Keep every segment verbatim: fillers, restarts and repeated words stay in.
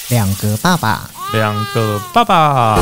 两个爸爸， 两个爸爸。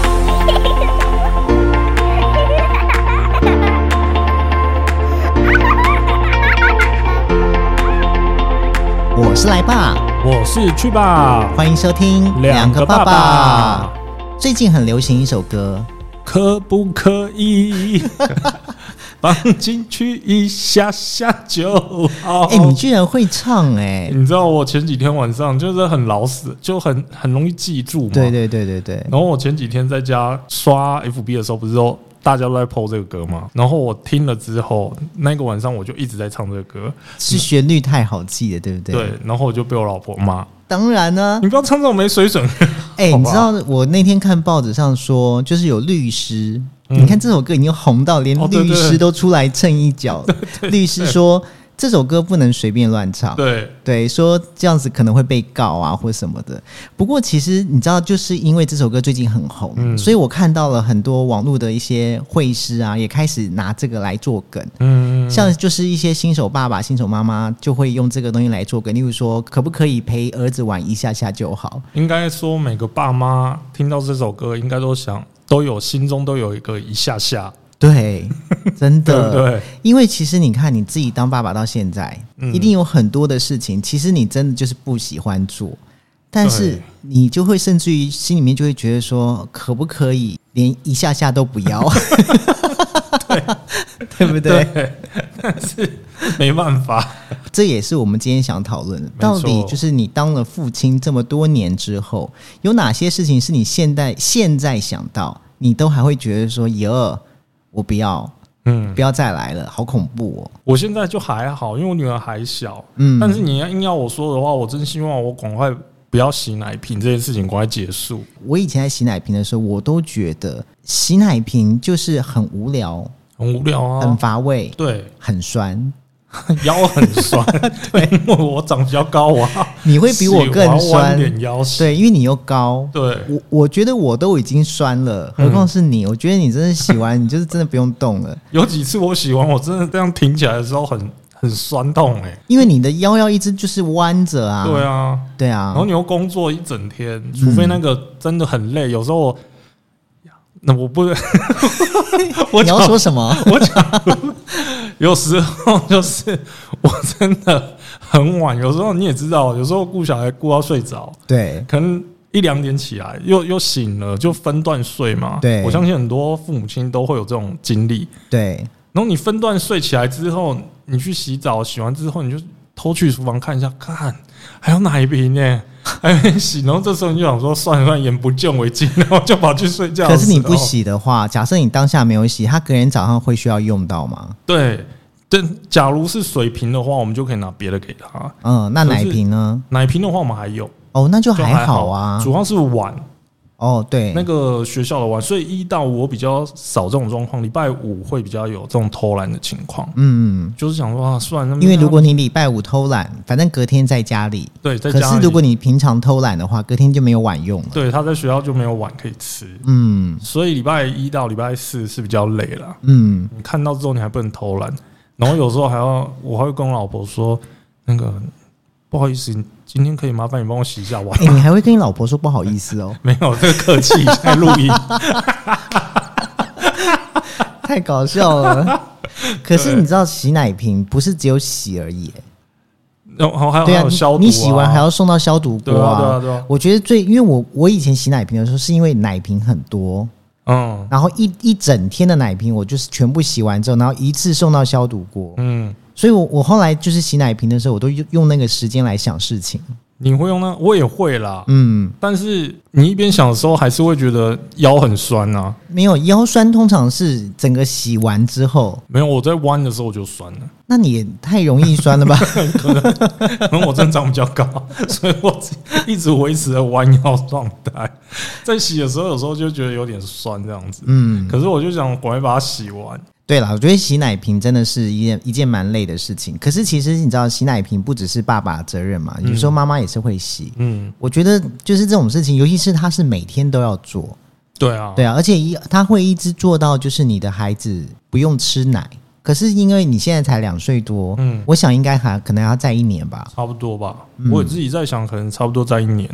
我是来爸， 我是去爸， 欢迎收听两个爸爸。 最近很流行一首歌， 可不可以放进去一下下就好？ 哎、欸，你居然会唱哎、欸！ 你知道我前几天晚上就是很老死，就很很容易记住嘛。 对对对对对。 然后我前几天在家刷 F B 的时候，不是说大家都在 po 这个歌吗？然后我听了之后，那个晚上我就一直在唱这个歌， 是旋律太好记了，对不对？ 对，然后我就被我老婆骂。 当然呢、啊， 你不要唱这种没水准。 哎、欸，你知道我那天看报纸上说，就是有律师，嗯、你看这首歌已经红到连律师都出来蹭一脚。 哦、对对对， 律师说这首歌不能随便乱唱， 对对，说这样子可能会被告啊或什么的。不过其实你知道，就是因为这首歌最近很红，嗯、所以我看到了很多网络的一些会师啊，也开始拿这个来做梗。嗯，像就是一些新手爸爸、新手妈妈就会用这个东西来做梗，例如说，可不可以陪儿子玩一下下就好？ 应该说，每个爸妈听到这首歌，应该都想都有心中都有一个一下下。 对，真的， 对对， 因为其实你看你自己当爸爸到现在，嗯、一定有很多的事情，其实你真的就是不喜欢做，但是你就会甚至于心里面就会觉得说，可不可以连一下下都不要？ 对， 对不对？ 对，但是没办法， 这也是我们今天想讨论的。到底就是你当了父亲这么多年之后，有哪些事情是你现在现在想到，你都还会觉得说，哟。我不要，嗯，不要再来了，好恐怖哦！ 我现在就还好，因为我女儿还小，嗯，但是你要硬要我说的话，我真希望我赶快不要洗奶瓶这件事情赶快结束。 我以前在洗奶瓶的时候，我都觉得洗奶瓶就是很无聊， 很无聊啊， 很乏味， 对， 很酸。 腰很酸，对，因为我长比较高啊， 你会比我更酸， 点腰对，因为你又高， 对， 我我觉得我都已经酸了，何况是你？嗯、我觉得你真的洗完，你就是真的不用动了。 有几次我洗完，我真的这样挺起来的时候很很酸痛哎、欸， 因为你的腰要一直就是弯着啊， 对啊， 对啊， 然后你又工作一整天，除非那个真的很累，嗯、有时候我。那我不，我你要说什么？ 我讲，有时候就是我真的很晚，有时候你也知道，有时候顾小孩顾到睡着， 对， 可能一两点起来，又又醒了，就分段睡嘛。 对， 我相信很多父母亲都会有这种经历。 对， 然后你分段睡起来之后，你去洗澡，洗完之后你就偷去厨房看一下，看还有奶瓶呢。还没洗，然后这时候你就想说算了算了，眼不见为净，然后就跑去睡觉。 可是你不洗的话，假设你当下没有洗，他隔天早上会需要用到吗？ 对，但假如是水瓶的话，我们就可以拿别的给他。 嗯，那奶瓶呢？ 奶瓶的话，我们还有哦，那就还好啊。 主要是碗。 哦，对， 那个学校的碗，所以一到五我比较少这种状况，礼拜五会比较有这种偷懒的情况。嗯，就是想说啊，算了， 因为如果你礼拜五偷懒，反正隔天在家里， 对，在家里。 可是如果你平常偷懒的话，隔天就没有碗用了。 对，他在学校就没有碗可以吃。嗯，所以礼拜一到礼拜四是比较累了。嗯，你看到之后你还不能偷懒，然后有时候还要，我还会跟我老婆说，那个不好意思。今天可以麻烦你帮我洗一下碗。 欸、你还会跟你老婆说不好意思哦？ 没有，这个客气在录音， 太搞笑了。可是你知道洗奶瓶不是只有洗而已、欸， 然后还有还有消毒、啊， 你洗完还要送到消毒锅啊。 对啊，对啊，对啊。 我觉得最，因为我我以前洗奶瓶的时候，是因为奶瓶很多，嗯，然后一一整天的奶瓶，我就是全部洗完之后，然后一次送到消毒锅，嗯。所以我，我我后来就是洗奶瓶的时候，我都用那个时间来想事情。 你会用那？我也会啦，嗯。但是你一边想的时候，还是会觉得腰很酸啊。 没有腰酸，通常是整个洗完之后。 没有，我在弯的时候我就酸了。 那你也太容易酸了吧？ 可能，可能我真的长比较高，所以我一直维持在弯腰状态。在洗的时候，有时候就觉得有点酸这样子。嗯。可是我就想赶快把它洗完。 对啦，我觉得洗奶瓶真的是一件一件蛮累的事情。可是其实你知道，洗奶瓶不只是爸爸的责任嘛，有时候妈妈也是会洗。嗯，我觉得就是这种事情，尤其是他是每天都要做。 对啊， 对啊，而且一他会一直做到，就是你的孩子不用吃奶。可是因为你现在才两岁多，嗯，我想应该还可能要再一年吧， 差不多吧。嗯、我自己在想，可能差不多再一年呐、啊。啊，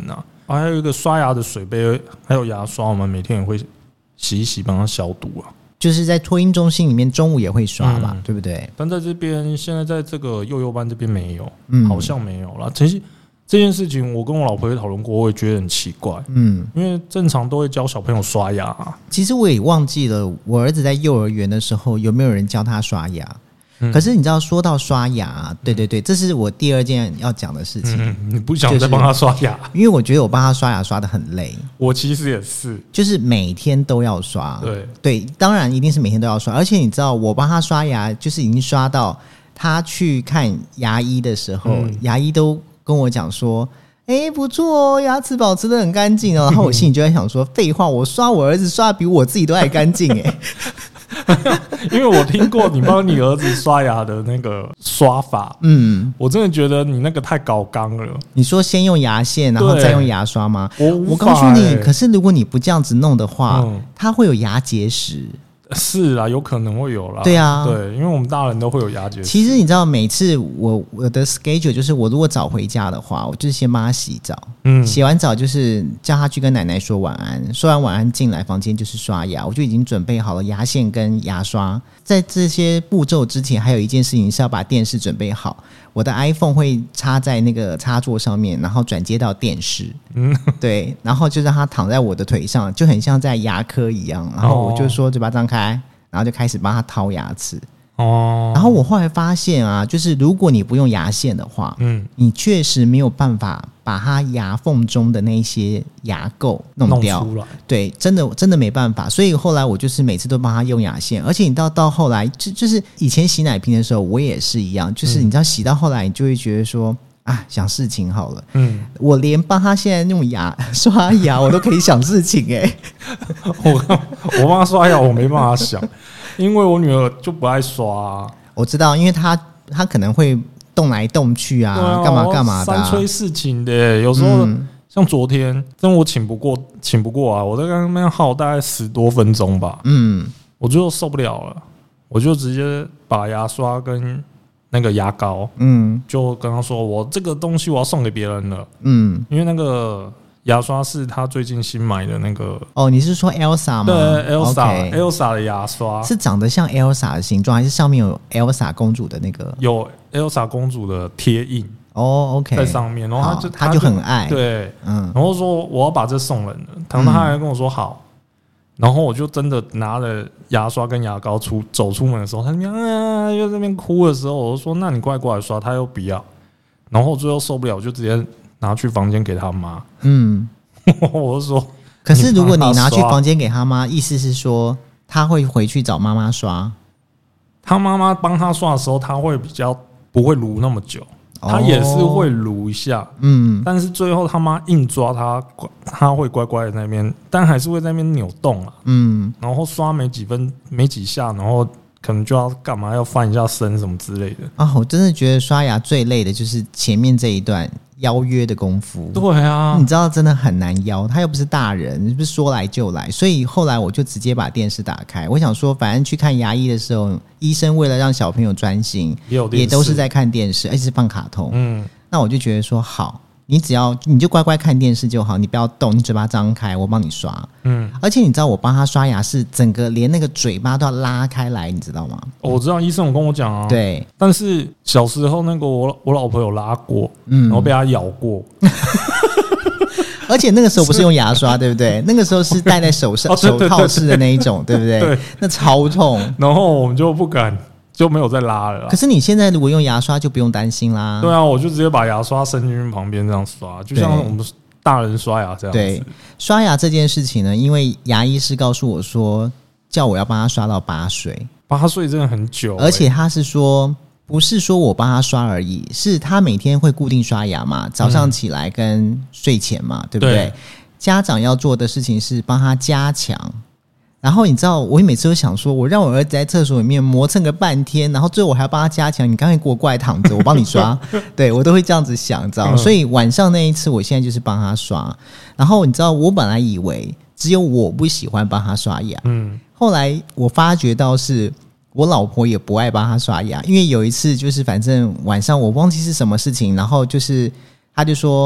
啊，还有一个刷牙的水杯，还有牙刷，我们每天也会洗一洗，帮它消毒啊。 就是在托婴中心里面，中午也会刷嘛，嗯、对不对？ 但在这边，现在在这个幼幼班这边没有，嗯、好像没有啦。其实这件事情，我跟我老婆也讨论过，我也觉得很奇怪。嗯，因为正常都会教小朋友刷牙、啊。 其实我也忘记了，我儿子在幼儿园的时候有没有人教他刷牙。可是你知道，说到刷牙，对对对，这是我第二件要讲的事情。 嗯、你不想再帮他刷牙、就是？ 因为我觉得我帮他刷牙刷得很累。 我其实也是， 就是每天都要刷。 对对，当然一定是每天都要刷。而且你知道，我帮他刷牙，就是已经刷到他去看牙医的时候，嗯、牙医都跟我讲说：“哎、欸，不错哦，牙齿保持得很干净哦。”然后我心里就在想说：“废话，我刷我儿子刷得比我自己都还干净哎。” 因为我听过你帮你儿子刷牙的那个刷法，嗯，我真的觉得你那个太搞纲了。 你说先用牙线，然后再用牙刷吗？ 我我告诉你，可是如果你不这样子弄的话，嗯、它会有牙结石。 是啦，有可能会有啦。 对啊， 对，因为我们大人都会有牙结石。 其实你知道，每次我我的 schedule 就是，我如果早回家的话，我就是先帮他洗澡，嗯，洗完澡就是叫他去跟奶奶说晚安，说完晚安进来房间就是刷牙，我就已经准备好了牙线跟牙刷。在这些步骤之前，还有一件事情是要把电视准备好。我的 iPhone 会插在那个插座上面，然后转接到电视，嗯，对，然后就让它躺在我的腿上，就很像在牙科一样。然后我就说嘴巴张开，然后就开始帮他掏牙齿。哦，然后我后来发现啊，就是如果你不用牙线的话，嗯，你确实没有办法把它牙缝中的那些牙垢弄掉， 弄出来。 对，真的真的没办法。所以后来我就是每次都帮他用牙线，而且你到到后来，就就是以前洗奶瓶的时候，我也是一样，就是你知道洗到后来，你就会觉得说。啊，想事情好了，嗯，我连帮他现在用牙刷牙，我都可以想事情哎、欸。 我我帮他刷牙，我没办法想，因为我女儿就不爱刷、啊。 我知道，因为她她可能会动来动去啊，干嘛干嘛的、啊， 三催四请的、欸。有时候、嗯、像昨天，真我请不过，请不过啊，我在那边耗大概十多分钟吧，嗯，我就受不了了，我就直接把牙刷跟。那个牙膏，嗯，就跟他说，我这个东西我要送给别人了，嗯，因为那个牙刷是他最近新买的那个。 哦，你是说 Elsa 吗？ 对 ，Elsa，Elsa、okay. Elsa 的牙刷是长得像 Elsa 的形状，还是上面有 Elsa 公主的那个？ 有 Elsa 公主的贴印哦 ，OK， 在上面，然后他就他就很爱， 对，嗯，然后说我要把这送人了，然后他还跟我说好。然后我就真的拿了牙刷跟牙膏出走出门的时候，他那边啊又在那边哭的时候，我就说：“那你快过来刷。”他又不要，然后最后受不了，我就直接拿去房间给他妈。嗯，我就说：“ 可是如果你拿去房间给他妈，意思是说他会回去找妈妈刷？ 他妈妈帮他刷的时候，他会比较不会撸那么久。”他也是会撸一下，嗯，但是最后他妈硬抓他，他会乖乖的在那边，但还是会在那边扭动啊，嗯，然后刷没几分没几下，然后可能就要干嘛要翻一下身什么之类的啊。我真的觉得刷牙最累的就是前面这一段邀约的功夫。 对啊， 你知道真的很难邀，他又不是大人，不是说来就来，所以后来我就直接把电视打开。我想说，反正去看牙医的时候，医生为了让小朋友专心，也, 也都是在看电视，而且是放卡通。嗯，那我就觉得说好。你只要你就乖乖看电视就好，你不要动，你嘴巴张开，我帮你刷。嗯，而且你知道我帮他刷牙是整个连那个嘴巴都要拉开来，你知道吗？ 哦、我知道，医生有跟我讲啊。 对， 但是小时候那个我我老婆有拉过，嗯，然后被他咬过。 而且那个时候不是用牙刷，对不对？那个时候是戴在手上、哦、手套式的那一种，对不对？ 对， 那超痛。 然后我们就不敢。就没有再拉了啦。 可是你现在如果用牙刷就不用担心啦。 对啊，我就直接把牙刷伸进去旁边这样刷，就像我们大人刷牙这样子。 对，刷牙这件事情呢，因为牙医师告诉我说，叫我要帮他刷到八岁。 八岁真的很久、欸， 而且他是说，不是说我帮他刷而已，是他每天会固定刷牙嘛，早上起来跟睡前嘛，嗯、对不对？对，家长要做的事情是帮他加强。然后你知道，我每次都想说，我让我儿子在厕所里面磨蹭个半天，然后最后我还要帮他加强。你刚才给我过来躺着，我帮你刷，对我都会这样子想，知道吗？嗯、所以晚上那一次，我现在就是帮他刷。然后你知道，我本来以为只有我不喜欢帮他刷牙，嗯，后来我发觉到是我老婆也不爱帮他刷牙，因为有一次就是反正晚上我忘记是什么事情，然后就是他就说。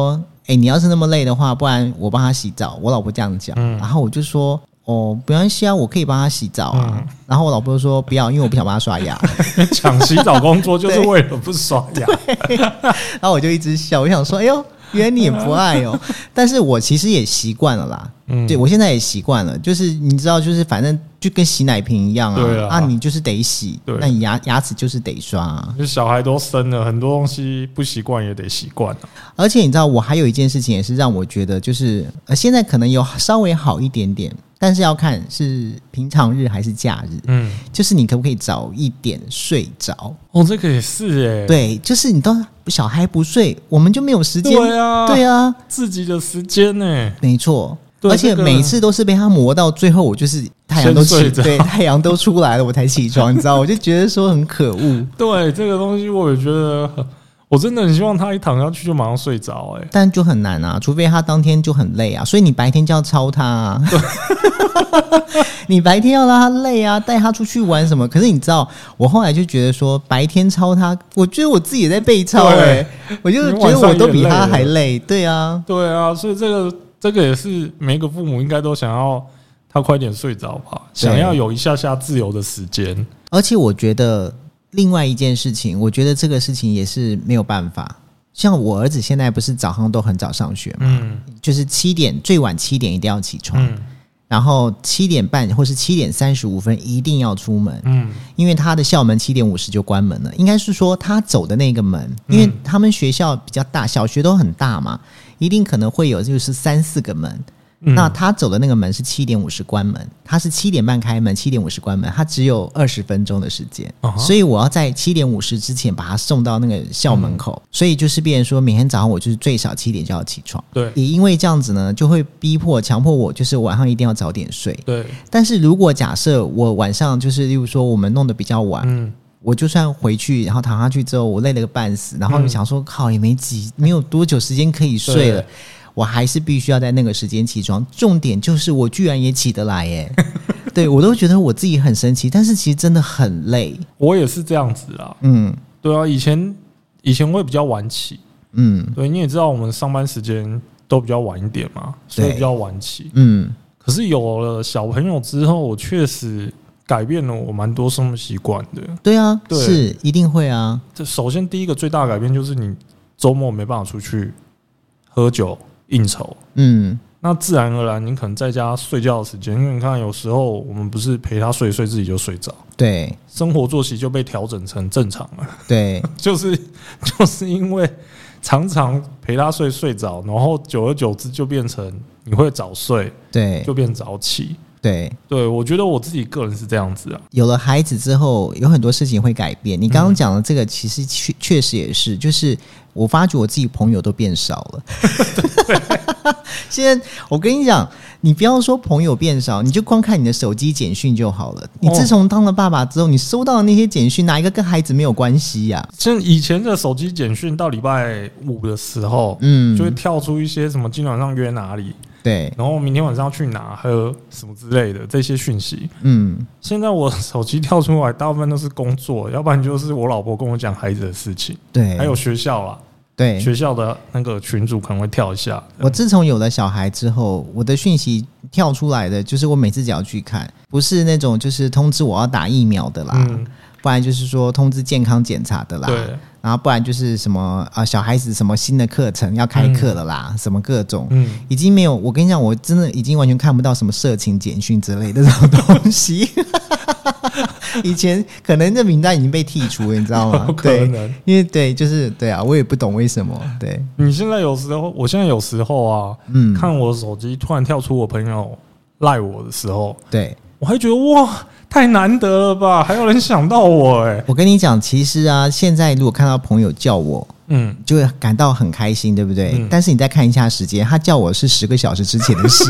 哎、欸，你要是那么累的话，不然我帮他洗澡。我老婆这样讲，嗯、然后我就说。哦，没关系啊，我可以帮他洗澡啊。嗯、然后我老婆就说不要，因为我不想帮他刷牙。 抢洗澡工作就是为了不刷牙。 然后我就一直笑，我想说，哎呦，原来你也不爱哦。但是我其实也习惯了啦。嗯，对我现在也习惯了，就是你知道，就是反正就跟洗奶瓶一样啊。 对啊， 啊，你就是得洗，那你牙牙齿就是得刷、啊。 就小孩都生了，很多东西不习惯也得习惯、啊、 而且你知道，我还有一件事情也是让我觉得，就是呃，现在可能有稍微好一点点。但是要看是平常日还是假日，嗯，就是你可不可以早一点睡着？ 哦，这个也是哎， 对，就是你都小孩不睡，我们就没有时间， 对啊， 对啊， 自己的时间呢， 没错，而且每次都是被他磨到最后，我就是太阳都起，对，太阳都出来了，我才起床，你知道，我就觉得说很可恶。 对这个东西，我也觉得。我真的很希望他一躺下去就马上睡着，哎， 但就很难啊，除非他当天就很累啊，所以你白天就要操他啊，你白天要让他累啊，带他出去玩什么。可是你知道，我后来就觉得说，白天操他，我觉得我自己也在被操，哎，我就觉得我都比他还累，对啊， 对啊，所以这个这个也是每一个父母应该都想要他快点睡着吧，想要有一下下自由的时间， 而且我觉得。另外一件事情，我觉得这个事情也是没有办法。像我儿子现在不是早上都很早上学嘛，嗯，就是七点最晚七点一定要起床，嗯，然后七点半或是七点三十五分一定要出门，嗯，因为他的校门七点五十就关门了。应该是说他走的那个门，因为他们学校比较大，小学都很大嘛，一定可能会有就是三四个门。那他走的那个门是七点五十关门，他是七点半开门，七点五十关门，他只有二十分钟的时间， uh-huh. 所以我要在七点五十之前把他送到那个校门口，嗯、所以就是变成说，每天早上我就是最少七点就要起床。 对， 也因为这样子呢，就会逼迫、强迫我，就是晚上一定要早点睡。 对， 但是如果假设我晚上就是，例如说我们弄得比较晚，嗯。我就算回去，然后躺下去之后，我累了个半死，然后想说，靠，也没几，没有多久时间可以睡了。我还是必须要在那个时间起床，重点就是我居然也起得来耶！对，我都觉得我自己很神奇，但是其实真的很累。 我也是这样子啊，嗯，对啊，以前以前会比较晚起，嗯，对，你也知道我们上班时间都比较晚一点嘛，所以比较晚起，嗯。可是有了小朋友之后，我确实改变了我蛮多生活习惯的。 对啊，对，是一定会啊。 这首先第一个最大的改变就是你周末没办法出去喝酒。应酬，嗯，那自然而然，你可能在家睡觉的时间，因为你看，有时候我们不是陪他睡睡，自己就睡着， 对， 生活作息就被调整成正常了， 对， 就是就是因为常常陪他睡睡着，然后久而久之就变成你会早睡， 对， 就变早起。 对对，我觉得我自己个人是这样子啊。 有了孩子之后，有很多事情会改变。你刚刚讲的这个，其实确确实也是，就是我发觉我自己朋友都变少了。现在我跟你讲，你不要说朋友变少，你就光看你的手机简讯就好了。你自从当了爸爸之后，你收到的那些简讯，哪一个跟孩子没有关系呀、啊？ 像以前的手机简讯，到礼拜五的时候，嗯，就会跳出一些什么今天晚上约哪里。 对， 然后明天晚上要去哪喝什么之类的这些讯息，嗯，现在我手机跳出来，大部分都是工作，要不然就是我老婆跟我讲孩子的事情， 对， 还有学校啦， 对， 学校的那个群组可能会跳一下。 我自从有了小孩之后，我的讯息跳出来的，就是我每次只要去看，不是那种就是通知我要打疫苗的啦，嗯、不然就是说通知健康检查的啦， 对。 然后不然就是什么啊，小孩子什么新的课程要开课了啦，嗯、什么各种，嗯，已经没有。我跟你讲，我真的已经完全看不到什么色情简讯之类的这种东西。以前可能这名单已经被剔除了，你知道吗？对，因为对，就是对啊，我也不懂为什么。对， 你现在有时候，我现在有时候啊，嗯，看我手机突然跳出我朋友赖我的时候， 对我还觉得哇。太难得了吧，还有人想到我哎、欸！ 我跟你讲，其实啊，现在如果看到朋友叫我，嗯，就会感到很开心，对不对？嗯、但是你再看一下时间，他叫我是十个小时之前的事，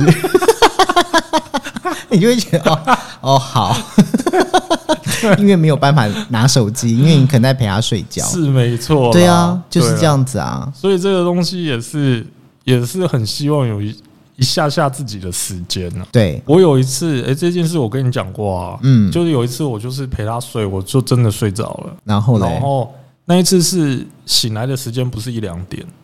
你就会觉得哦哦好，因为没有办法拿手机，因为你可能在陪他睡觉， 是没错， 对啊，就是这样子啊。 所以这个东西也是也是很希望有一。一下下自己的时间呢、啊？ 对， 我有一次，哎、欸，这件事我跟你讲过啊，嗯，就是有一次我就是陪他睡，我就真的睡着了。 然后呢？ 然后那一次是醒来的时间不是一两点，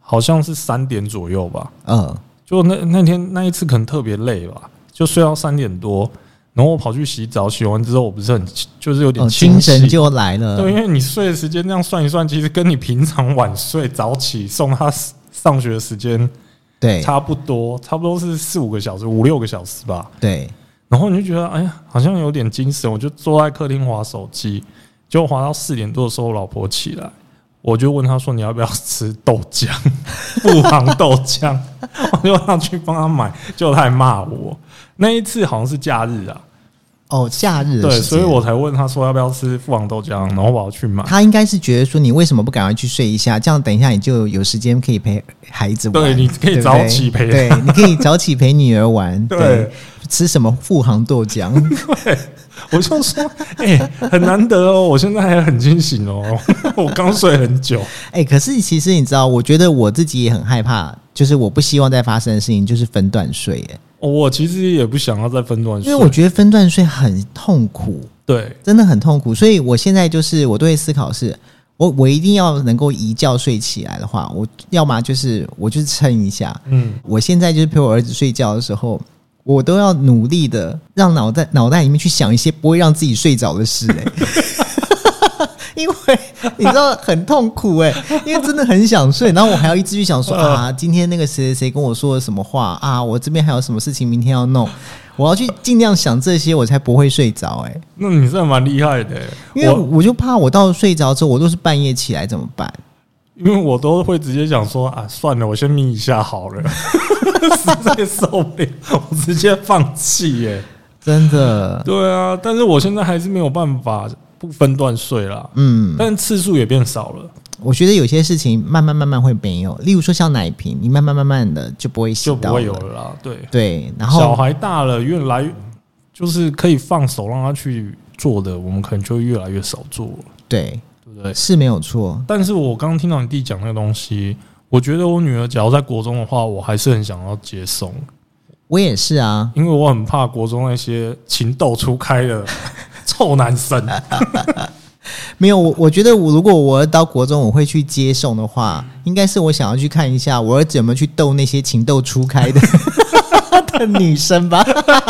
好像是三点左右吧。 嗯， 就那那天那一次可能特别累吧，就睡到三点多，然后我跑去洗澡，洗完之后我不是很就是有点清醒、 哦、精神就来了。 对，因为你睡的时间这样算一算，其实跟你平常晚睡早起送他上学的时间对差不多，差不多是四五个小时，五六个小时吧。 对， 然后你就觉得哎呀，好像有点精神，我就坐在客厅滑手机，结果滑到四点多的时候，我老婆起来。我就问他说：“你要不要吃豆浆？富航豆浆。”我就让去帮他买，结果他还骂我。那一次好像是假日啊， 哦，假日的对，所以我才问他说要不要吃富航豆浆，然后我要去买。 他应该是觉得说你为什么不赶快去睡一下，这样等一下你就有时间可以陪孩子玩。 对，你可以早起陪， 对，你可以早起陪女儿玩。对，对吃什么富航豆浆？ 对。我就说，哎、欸，很难得哦，我现在还很清醒哦，我刚睡很久。 哎、欸，可是其实你知道，我觉得我自己也很害怕，就是我不希望再发生的事情就是分段睡。哎， 我其实也不想要再分段睡， 因为我觉得分段睡很痛苦， 对， 真的很痛苦。所以我现在就是我都会思考是，我我一定要能够一觉睡起来的话，我要么就是我就是撑一下。嗯，我现在就是陪我儿子睡觉的时候。我都要努力的让脑袋脑袋里面去想一些不会让自己睡着的事、欸，因为你知道很痛苦哎、欸，因为真的很想睡，然后我还要一直去想说啊，今天那个谁谁谁跟我说了什么话啊，我这边还有什么事情明天要弄，我要去尽量想这些，我才不会睡着哎、欸。 那你真的蛮厉害的、欸， 因为我就怕我到睡着之后，我都是半夜起来怎么办？ 因为我都会直接讲说啊，算了，我先眯一下好了，实在受不了，我直接放弃耶、欸， 真的。 对啊，但是我现在还是没有办法不分段睡啦，嗯，但次数也变少了。 我觉得有些事情慢慢慢慢会没有，例如说像奶瓶，你慢慢慢慢的就不会洗到了， 就不会有了啦。对对，然后小孩大了，越来越就是可以放手让他去做的，我们可能就越来越少做了。 对。 对， 是没有错， 但是我刚刚听到你弟讲那个东西，我觉得我女儿假如在国中的话，我还是很想要接送。 我也是啊， 因为我很怕国中那些情窦初开的臭男生。 没有，我我觉得我如果我到国中我会去接送的话，应该是我想要去看一下我儿子有没有去逗那些情窦初开的的女生吧。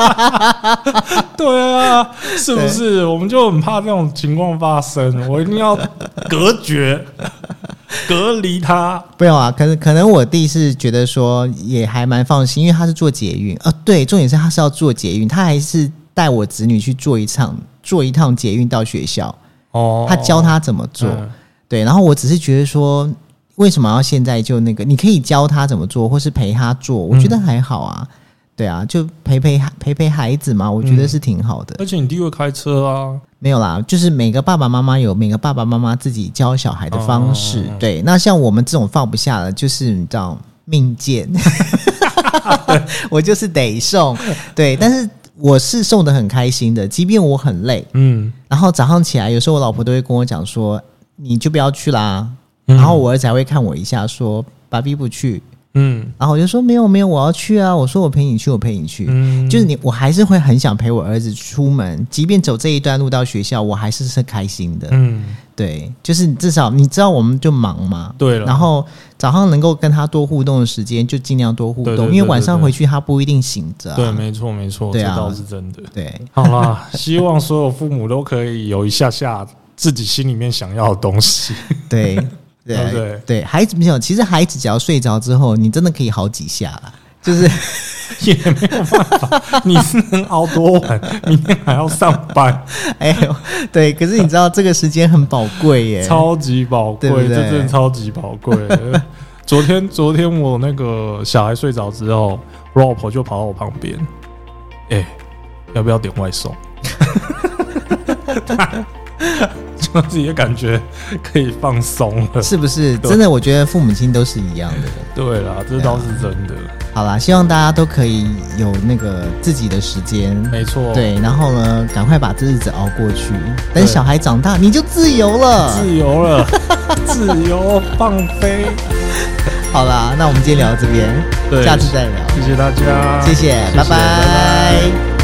对啊，是不是？我们就很怕这种情况发生，我一定要隔绝、隔离他。 没有啊，可能可能我弟是觉得说也还蛮放心，因为他是坐捷运啊。对，重点是他是要坐捷运，他还是带我子女去坐一趟坐一趟捷运到学校。哦，他教他怎么做。嗯、对，然后我只是觉得说，为什么要现在就那个？你可以教他怎么做，或是陪他做，我觉得还好啊。嗯对啊，就陪陪陪陪孩子嘛，我觉得是挺好的。 嗯、而且你弟会开车啊？ 没有啦，就是每个爸爸妈妈有每个爸爸妈妈自己教小孩的方式。哦、对，那像我们这种放不下的，就是你知道命贱，我就是得送。对，但是我是送的很开心的，即便我很累。嗯，然后早上起来，有时候我老婆都会跟我讲说：“你就不要去啦。嗯”然后我儿子还会看我一下说：“爸比不去。”嗯，然后我就说没有没有，我要去啊！我说我陪你去，我陪你去。嗯，就是你，我还是会很想陪我儿子出门，即便走这一段路到学校，我还是是开心的。嗯，对，就是至少你知道我们就忙嘛， 对了。 然后早上能够跟他多互动的时间，就尽量多互动，对对对对对，因为晚上回去他不一定醒着、啊。 对，没错没错， 对啊， 这倒是真的。 对， 好啦，希望所有父母都可以有一下下自己心里面想要的东西。 对。对对 对, 对，孩子没有，其实孩子只要睡着之后，你真的可以好几下啦，就是也没有办法，你是能熬多晚？明天还要上班， 哎呦，对，可是你知道这个时间很宝贵耶， 超级宝贵，这真的超级宝贵。昨天昨天我那个小孩睡着之后，我老婆就跑到我旁边，哎、欸，要不要点外送？就自己的感觉可以放松了， 是不是？真的，我觉得父母亲都是一样的。 对啦，这倒是真的。 好啦，希望大家都可以有那个自己的时间， 没错。 对，然后呢，赶快把这日子熬过去。等小孩长大，你就自由了， 自由了，自由放飞。 好啦，那我们今天聊到这边， 对， 下次再聊。 谢谢大家， 谢谢，拜拜。拜拜。